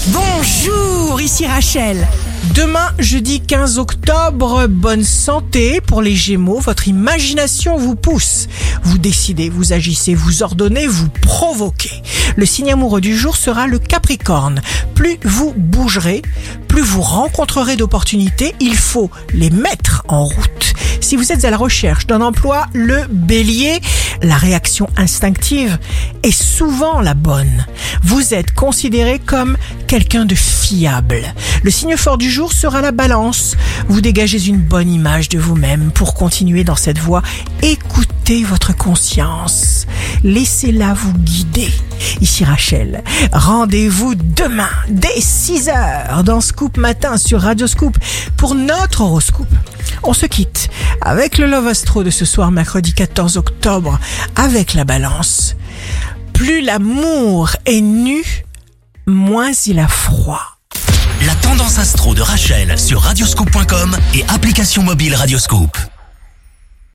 Bonjour, ici Rachel. Demain, jeudi 15 octobre, bonne santé pour les Gémeaux. Votre imagination vous pousse. Vous décidez, vous agissez, vous ordonnez, vous provoquez. Le signe amoureux du jour sera le Capricorne. Plus vous bougerez, plus vous rencontrerez d'opportunités. Il faut les mettre en route. Si vous êtes à la recherche d'un emploi, le Bélier, la réaction instinctive est souvent la bonne. Vous êtes considéré comme quelqu'un de fiable. Le signe fort du jour sera la Balance. Vous dégagez une bonne image de vous-même pour continuer dans cette voie. Écoutez votre conscience. Laissez-la vous guider. Ici Rachel. Rendez-vous demain dès 6h dans Scoop Matin sur Radio Scoop pour notre horoscope. On se quitte avec le Love Astro de ce soir, mercredi 14 octobre, avec la Balance. Plus l'amour est nu, moins il a froid. La tendance astro de Rachel sur radioscoop.com et application mobile Radioscoop.